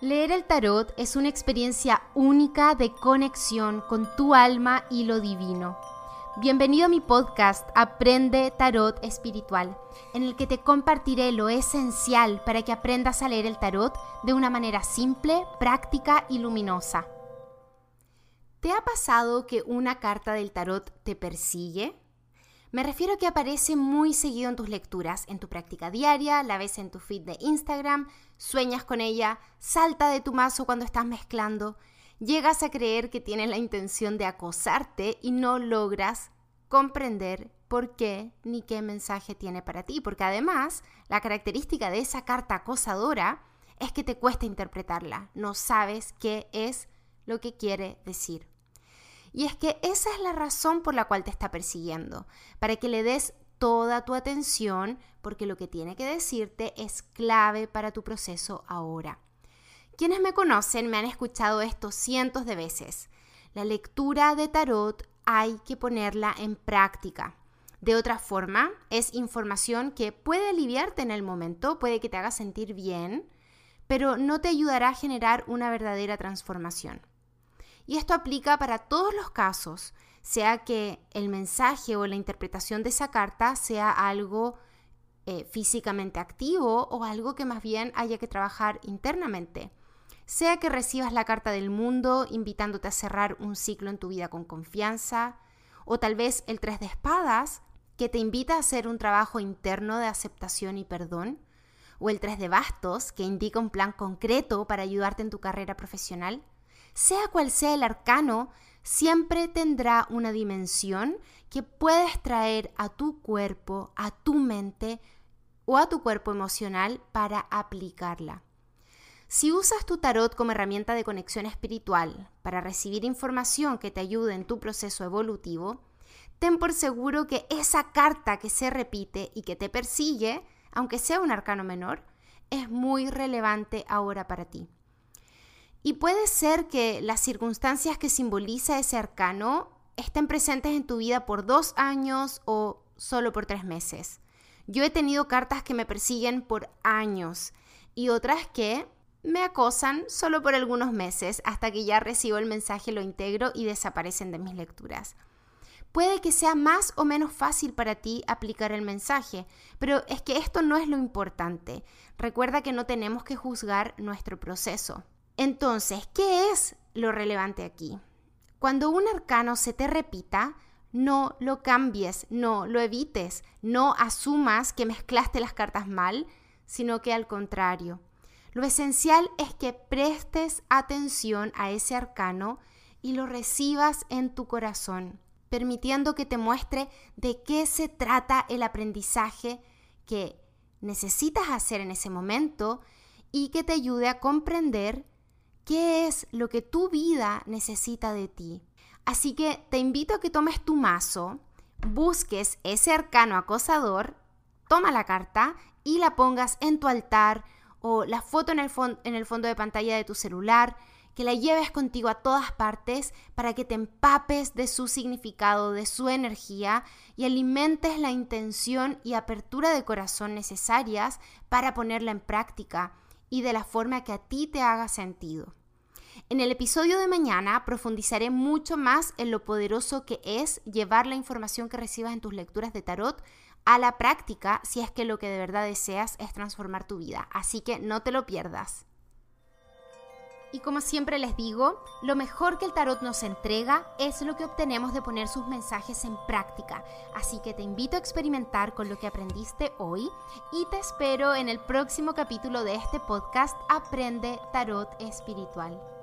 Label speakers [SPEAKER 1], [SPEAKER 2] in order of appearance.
[SPEAKER 1] Leer el tarot es una experiencia única de conexión con tu alma y lo divino. Bienvenido a mi podcast Aprende Tarot Espiritual, en el que te compartiré lo esencial para que aprendas a leer el tarot de una manera simple, práctica y luminosa. ¿Te ha pasado que una carta del tarot te persigue? Me refiero a que aparece muy seguido en tus lecturas, en tu práctica diaria, la ves en tu feed de Instagram, sueñas con ella, salta de tu mazo cuando estás mezclando, llegas a creer que tiene la intención de acosarte y no logras comprender por qué ni qué mensaje tiene para ti, porque además la característica de esa carta acosadora es que te cuesta interpretarla, no sabes qué es lo que quiere decir. Y es que esa es la razón por la cual te está persiguiendo, para que le des toda tu atención, porque lo que tiene que decirte es clave para tu proceso ahora. Quienes me conocen me han escuchado esto cientos de veces. La lectura de tarot hay que ponerla en práctica. De otra forma, es información que puede aliviarte en el momento, puede que te haga sentir bien, pero no te ayudará a generar una verdadera transformación. Y esto aplica para todos los casos, sea que el mensaje o la interpretación de esa carta sea algo físicamente activo o algo que más bien haya que trabajar internamente. Sea que recibas la carta del mundo invitándote a cerrar un ciclo en tu vida con confianza, o tal vez el 3 de espadas que te invita a hacer un trabajo interno de aceptación y perdón, o el 3 de bastos que indica un plan concreto para ayudarte en tu carrera profesional. Sea cual sea el arcano, siempre tendrá una dimensión que puedes traer a tu cuerpo, a tu mente o a tu cuerpo emocional para aplicarla. Si usas tu tarot como herramienta de conexión espiritual para recibir información que te ayude en tu proceso evolutivo, ten por seguro que esa carta que se repite y que te persigue, aunque sea un arcano menor, es muy relevante ahora para ti. Y puede ser que las circunstancias que simboliza ese arcano estén presentes en tu vida por 2 años o solo por 3 meses. Yo he tenido cartas que me persiguen por años y otras que me acosan solo por algunos meses hasta que ya recibo el mensaje, lo integro y desaparecen de mis lecturas. Puede que sea más o menos fácil para ti aplicar el mensaje, pero es que esto no es lo importante. Recuerda que no tenemos que juzgar nuestro proceso. Entonces, ¿qué es lo relevante aquí? Cuando un arcano se te repita, no lo cambies, no lo evites, no asumas que mezclaste las cartas mal, sino que al contrario. Lo esencial es que prestes atención a ese arcano y lo recibas en tu corazón, permitiendo que te muestre de qué se trata el aprendizaje que necesitas hacer en ese momento y que te ayude a comprender qué es lo que tu vida necesita de ti. Así que te invito a que tomes tu mazo, busques ese arcano acosador, toma la carta y la pongas en tu altar o la foto en el fondo de pantalla de tu celular, que la lleves contigo a todas partes para que te empapes de su significado, de su energía y alimentes la intención y apertura de corazón necesarias para ponerla en práctica y de la forma que a ti te haga sentido. En el episodio de mañana profundizaré mucho más en lo poderoso que es llevar la información que recibas en tus lecturas de tarot a la práctica si es que lo que de verdad deseas es transformar tu vida. Así que no te lo pierdas. Y como siempre les digo, lo mejor que el tarot nos entrega es lo que obtenemos de poner sus mensajes en práctica. Así que te invito a experimentar con lo que aprendiste hoy y te espero en el próximo capítulo de este podcast Aprende Tarot Espiritual.